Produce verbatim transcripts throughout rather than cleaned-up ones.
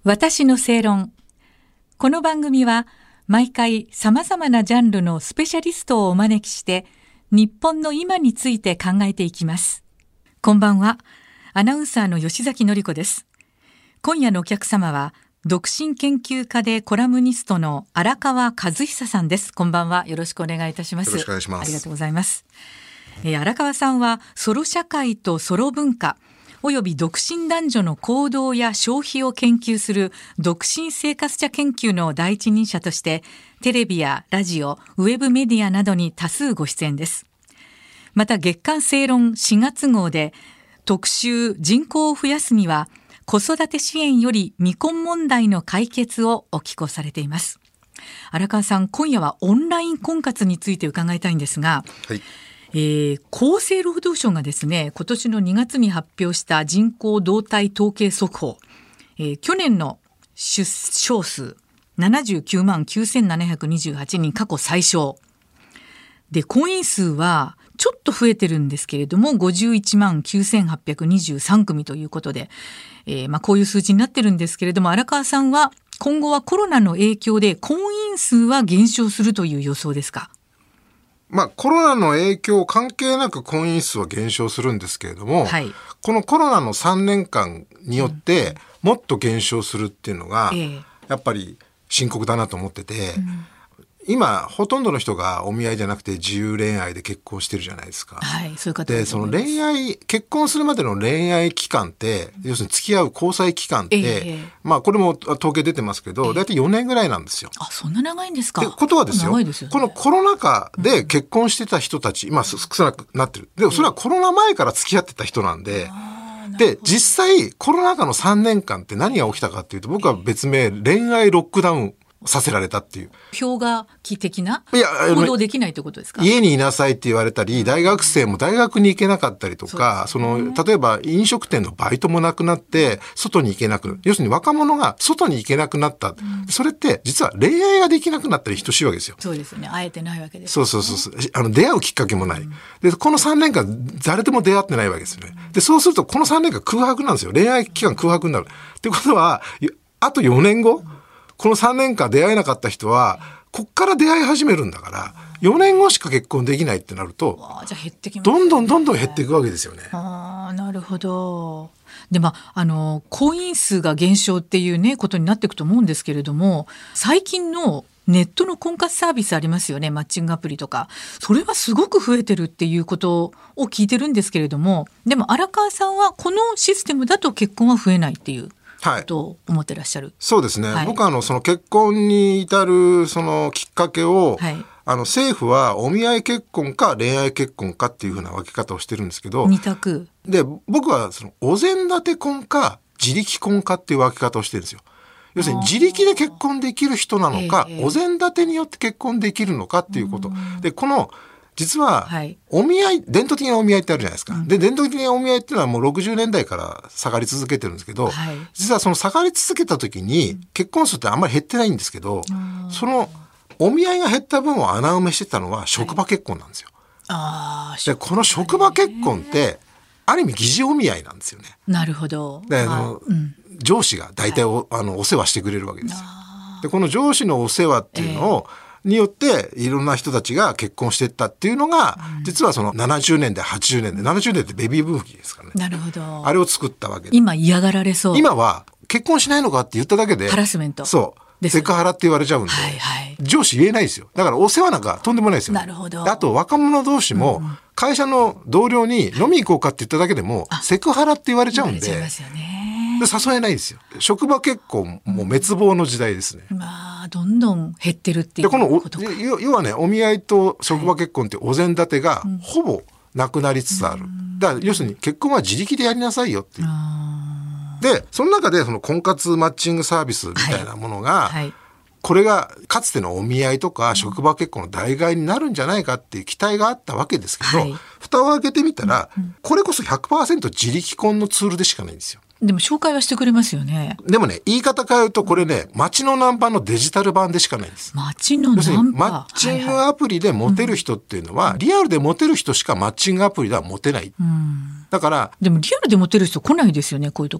私の正論。この番組は毎回さまざまなジャンルのスペシャリストをお招きして日本の今について考えていきます。こんばんは。アナウンサーの吉崎紀子です。今夜のお客様は独身研究家でコラムニストの荒川和久さんです。こんばんは。よろしくお願いいたします。 よろしくお願いします。 ありがとうございます。えー、荒川さんはソロ社会とソロ文化および独身男女の行動や消費を研究する独身生活者研究の第一人者としてテレビやラジオ、ウェブメディアなどに多数ご出演です。また月刊正論しがつ号で特集人口を増やすには子育て支援より未婚問題の解決をお寄稿されています。荒川さん、今夜はオンライン婚活について伺いたいんですが、 はいえー、厚生労働省がですね、今年のにがつに発表した人口動態統計速報、えー、去年の出生数ななじゅうきゅうまんきゅうせんななひゃくにじゅうはちにん、過去最少で、婚姻数はちょっと増えてるんですけれどもごじゅういちまんきゅうせんはっぴゃくにじゅうさんくみということで、えーまあ、こういう数字になってるんですけれども、荒川さんは今後はコロナの影響で婚姻数は減少するという予想ですか？ まあ、コロナの影響関係なく婚姻数は減少するんですけれども、はい、このコロナのさんねんかんによってもっと減少するっていうのが、うん、やっぱり深刻だなと思ってて、うん、今ほとんどの人がお見合いじゃなくて自由恋愛で結婚してるじゃないですか。 はい、そういう方で、その恋愛結婚するまでの恋愛期間って、要するに付き合う交際期間って、えー、まあこれも統計出てますけど、だいたいよねんぐらいなんですよ。 あ、そんな長いんですか。 ってことはですよ、 ですよね、 このコロナ禍で結婚してた人たち、うん、今少なくなってる。でもそれはコロナ前から付き合ってた人なんで、えー、で実際コロナ禍のさんねんかんって何が起きたかっていうと、僕は別名恋愛ロックダウンさせられたっていう。 氷河期的な行動できないということですか？ 家にいなさいって言われたり、大学生も大学に行けなかったりとか、その例えば飲食店のバイトもなくなって外に行けなく、要するに若者が外に行けなくなった、うん、それって実は恋愛ができなくなったり等しいわけですよ。 そうですよね。会えてないわけです、 ね、そうそうそう。あの出会うきっかけもない、うん、でこのさんねんかん誰とも出会ってないわけですよね。でそうするとこのさんねんかん空白なんですよ。恋愛期間空白になるってことは、あとよねんご、うん、このさんねんかん出会えなかった人はこっから出会い始めるんだから、よねんごしか結婚できないってなると、 じゃあ減ってきますね、 どんどんどんどん減っていくわけですよね。 あ、なるほど。で、まあ、あの婚姻数が減少っていうねことになっていくと思うんですけれども、最近のネットの婚活サービスありますよね。マッチングアプリとか、それはすごく増えてるっていうことを聞いてるんですけれども、でも荒川さんはこのシステムだと結婚は増えないっていうと思ってらっしゃる。はい、 そうですね、はい、僕はあのその結婚に至るそのきっかけを、はい、あの政府はお見合い結婚か恋愛結婚かっていうふうな分け方をしてるんですけど、 二択で、僕はそのお膳立て婚か自力婚かっていう分け方をしてるんですよ。要するに自力で結婚できる人なのか、えー、お膳立てによって結婚できるのかっていうことで、この実はお見合い、伝統的なお見合いってあるじゃないですか、うん、で伝統的なお見合いっていうのはもうろくじゅうねんだいから下がり続けてるんですけど、はい、実はその下がり続けた時に結婚数ってあんまり減ってないんですけど、うん、そのお見合いが減った分を穴埋めしてたのは職場結婚なんですよ。はい、でこの職場結婚ってある意味疑似お見合いなんですよね。 なるほど。 で、あの、うん、上司が大体 お,、はい、あのお世話してくれるわけですよ。でこの上司のお世話っていうのを、えーによっていろんな人たちが結婚していったっていうのが、うん、実はそのななじゅうねんだいはちじゅうねんだい、ななじゅうねんってベビーブーム期ですからね。 なるほど。 あれを作ったわけで、 今嫌がられそう。 今は結婚しないのかって言っただけでハラスメント、 そうセクハラって言われちゃうんで、はいはい、上司言えないですよ。だからお世話なんかとんでもないですよ。 なるほど。 あと若者同士も会社の同僚に飲み行こうかって言っただけでもセクハラって言われちゃうんで、 言われちゃいますよね。 誘えないですよ。職場結婚も滅亡の時代ですね。 まあどんどん減ってるっていうことか。 でこの要はね、お見合いと職場結婚ってお膳立てがほぼなくなりつつある。だから要するに結婚は自力でやりなさいよっていう。でその中でその婚活マッチングサービスみたいなものが、はいはい、これがかつてのお見合いとか職場結婚の代替になるんじゃないかっていう期待があったわけですけど、はい、蓋を開けてみたら、うんうん、これこそ ひゃくパーセント 自力婚のツールでしかないんですよ。 でも紹介はしてくれますよね。 でもね、言い方変えるとこれね、街のナンパのデジタル版でしかないんです。 街のナンパ、 マッチングアプリでモテる人っていうのは、はいはい、リアルでモテる人しかマッチングアプリではモテない、うん、だからでもリアルでモテる人来ないですよね、こういうところ。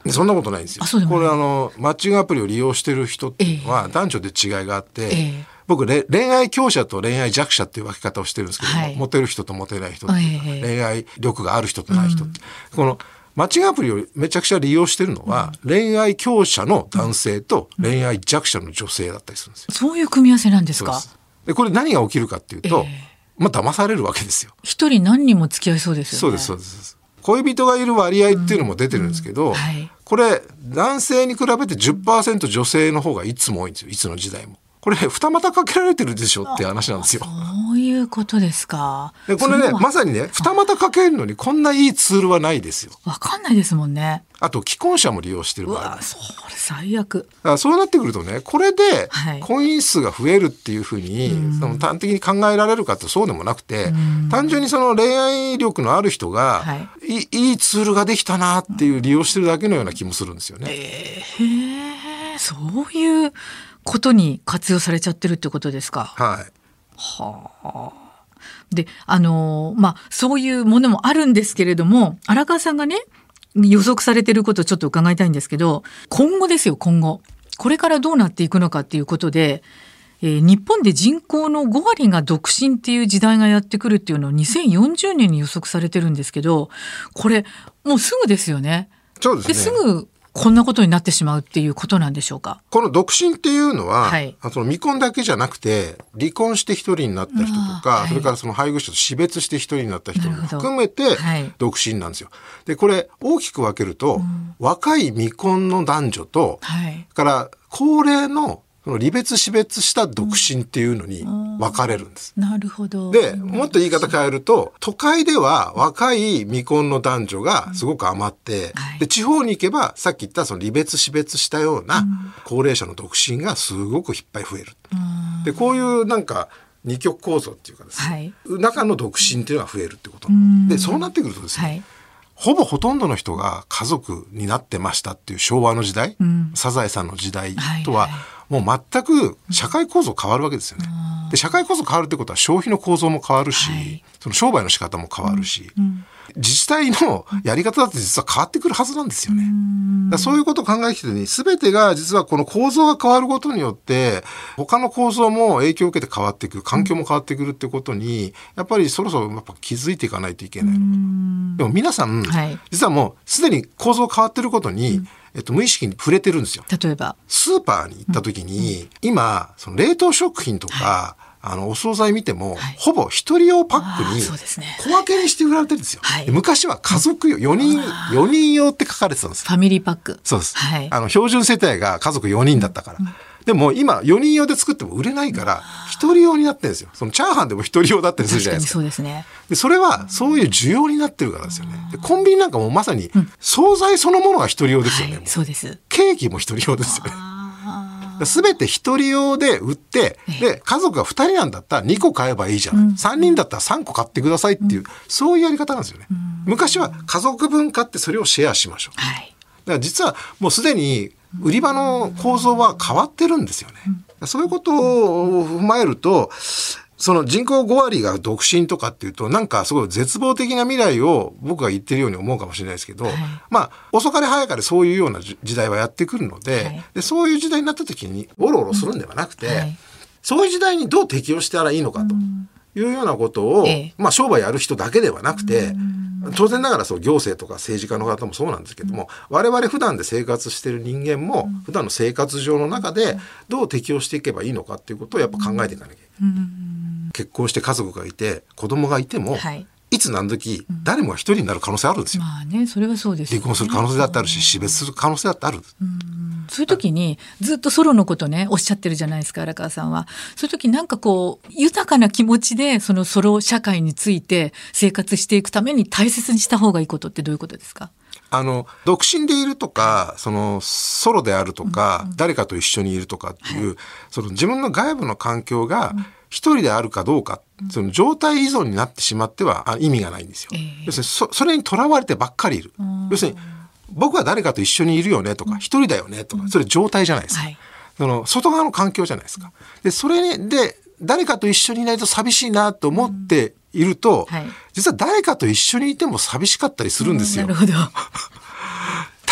そんなことないんですよ。これあのマッチングアプリを利用してる人っていうのは男女で違いがあって、えー、僕恋愛強者と恋愛弱者っていう分け方をしてるんですけども、はい、モテる人とモテない人っていうか、えー、恋愛力がある人とない人って、うん、このマッチングアプリをめちゃくちゃ利用してるのは、うん、恋愛強者の男性と恋愛弱者の女性だったりするんですよ。 そういう組み合わせなんですか。 そうです。でこれ何が起きるかっていうと、えー、まあ騙されるわけですよ。 一人何人も付き合いそうですよね。 そうですそうです。恋人がいる割合っていうのも出てるんですけど、うんうんはい、これ男性に比べて じゅっパーセント 女性の方がいつも多いんですよ。いつの時代も。これ二股かけられてるでしょって話なんですよ。 そういうことですか。 でこれねまさにね二股かけるのにこんないいツールはないですよ。 わかんないですもんね。 あと既婚者も利用してる場合。うわそれ最悪。 だからそうなってくるとねこれで婚姻数が増えるっていうふうに、はい、その端的に考えられるかってそうでもなくて、単純にその恋愛力のある人が、はい、い, いいツールができたなっていう利用してるだけのような気もするんですよね。 えー、そういうことに活用されちゃってるってことですか。 はい。 はあ。で、あのまあそういうものもあるんですけれども、荒川さんがね予測されてることをちょっと伺いたいんですけど、今後ですよ今後これからどうなっていくのかっていうことで、えー、日本で人口のご割が独身っていう時代がやってくるっていうのをにせんよんじゅうねんに予測されてるんですけど、これもうすぐですよね。 そうですね。 ですぐこんなことになってしまうっていうことなんでしょうか。 この独身っていうのは、はい、その未婚だけじゃなくて離婚して一人になった人とか、はい、それからその配偶者と死別して一人になった人も含めて独身なんですよ。でこれ大きく分けると、うん、若い未婚の男女と、はい、から高齢のその離別死別した独身っていうのに分かれるんです。 うん、なるほど。 で、もっと言い方変えると、都会では若い未婚の男女がすごく余って、うんはい、で地方に行けばさっき言ったその離別死別したような高齢者の独身がすごくいっぱい増える。うん、で、こういうなんか二極構造っていうかですね、はい、中の独身っていうのが増えるってこと。うん、で、そうなってくるとですね、はいほぼほとんどの人が家族になってましたっていう昭和の時代、うん、サザエさんの時代とはもう全く社会構造変わるわけですよね。うん、で社会構造変わるってことは消費の構造も変わるし、はい、その商売の仕方も変わるし、うん、自治体のやり方だって実は変わってくるはずなんですよね。だそういうことを考えてきた時に全てが実はこの構造が変わることによって他の構造も影響を受けて変わっていく、環境も変わってくるってことにやっぱりそろそろやっぱ気づいていかないといけないのか。でも皆さん、はい、実はもうすでに構造変わってることに、うんえっと、無意識に触れてるんですよ。 例えばスーパーに行った時に、うんうん、今その冷凍食品とか、はい、あのお惣菜見ても、はい、ほぼ一人用パックに小分けにして売られてるんですよ。はい、昔は家族用よにんよにん用って書かれてたんです。 ファミリーパック。 そうです、はい、あの標準世帯が家族よにんだったから、うんうんでも今よにん用で作っても売れないからひとり用になってるんですよ。そのチャーハンでもひとり用だったりするじゃないですか。 確かにそうですね。 でそれはそういう需要になってるからですよね。でコンビニなんかもまさに惣菜そのものがひとり用ですよね。 はい、そうです。 ケーキもひとり用ですよね。すべてひとり用で売ってで家族がふたりなんだったらにこ買えばいいじゃん、うん、さんにんだったらさんこ買ってくださいっていう、うん、そういうやり方なんですよね、うん、昔は家族分買ってそれをシェアしましょう、はい、だから実はもうすでに売り場の構造は変わってるんですよね、うん、そういうことを踏まえるとその人口ご割が独身とかっていうとなんかすごい絶望的な未来を僕が言ってるように思うかもしれないですけど、はい、まあ遅かれ早かれそういうような時代はやってくるので、はい、でそういう時代になった時にオロオロするんではなくて、はい、そういう時代にどう適応したらいいのかというようなことを、ええ、まあ商売やる人だけではなくて当然ながらそう行政とか政治家の方もそうなんですけども我々普段で生活している人間も普段の生活上の中でどう適応していけばいいのかっていうことをやっぱ考えていかなきゃいけない。結婚して家族がいて子供がいても、はい、いつ何時誰もが一人になる可能性あるんですよ。 まあね、それはそうですよね。 離婚する可能性だってあるし死別する可能性だってある。 うんそういう時にずっとソロのことねおっしゃってるじゃないですか荒川さんは。そういう時なんかこう豊かな気持ちでそのソロ社会について生活していくために大切にした方がいいことってどういうことですか？ あの独身でいるとかそのソロであるとか、うんうん、誰かと一緒にいるとかっていう、はい、その自分の外部の環境が、うん一人であるかどうか、その状態依存になってしまっては意味がないんですよ。えー、要するに そ, それにとらわれてばっかりいる。要するに僕は誰かと一緒にいるよねとか一人だよねとかそれ状態じゃないですか、はい、その外側の環境じゃないですか。でそれで誰かと一緒にいないと寂しいなと思っていると、はい、実は誰かと一緒にいても寂しかったりするんですよ。 なるほど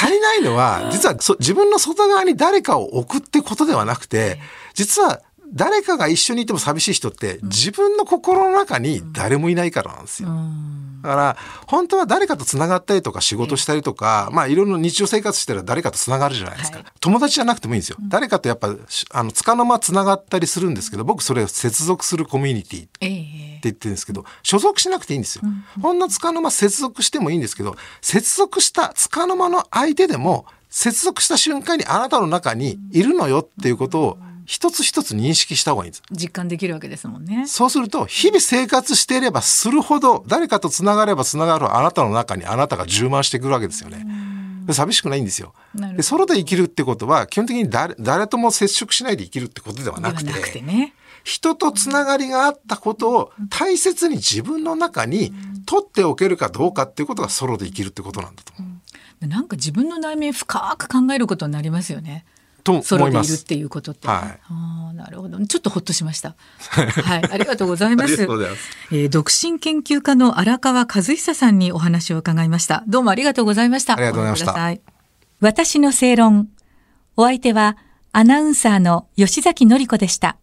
足りないのは、実はそ自分の外側に誰かを置くってことではなくて、実は誰かが一緒にいても寂しい人って自分の心の中に誰もいないからなんですよ。だから本当は誰かとつながったりとか仕事したりとか、まあいろいろ日常生活してたら誰かとつながるじゃないですか、はい、友達じゃなくてもいいんですよ、うん、誰かとやっぱあの束の間つながったりするんですけど、僕それを接続するコミュニティって言ってるんですけど、所属しなくていいんですよ、うんうん、ほんの束の間接続してもいいんですけど、接続した束の間の相手でも接続した瞬間にあなたの中にいるのよっていうことを一つ一つ認識した方がいいんです。 実感できるわけですもんね。 そうすると日々生活していればするほど、誰かとつながればつながるほどあなたの中にあなたが充満してくるわけですよね。寂しくないんですよ。でソロで生きるってことは基本的に 誰, 誰とも接触しないで生きるってことではなくて、 ではなくてね、 人とつながりがあったことを大切に自分の中に取っておけるかどうかっていうことがソロで生きるってことなんだと思う、 うん、なんか自分の内面深く考えることになりますよね。 と思います。 ソロでいるっていうことって、 はい、 あ、なるほど、ちょっとほっとしましたはい、ありがとうございます。 ありがとうございます。 えー、独身研究家の荒川和久さんにお話を伺いました。どうもありがとうございました。 ありがとうございました。 私の正論。お相手はアナウンサーの吉崎典子でした。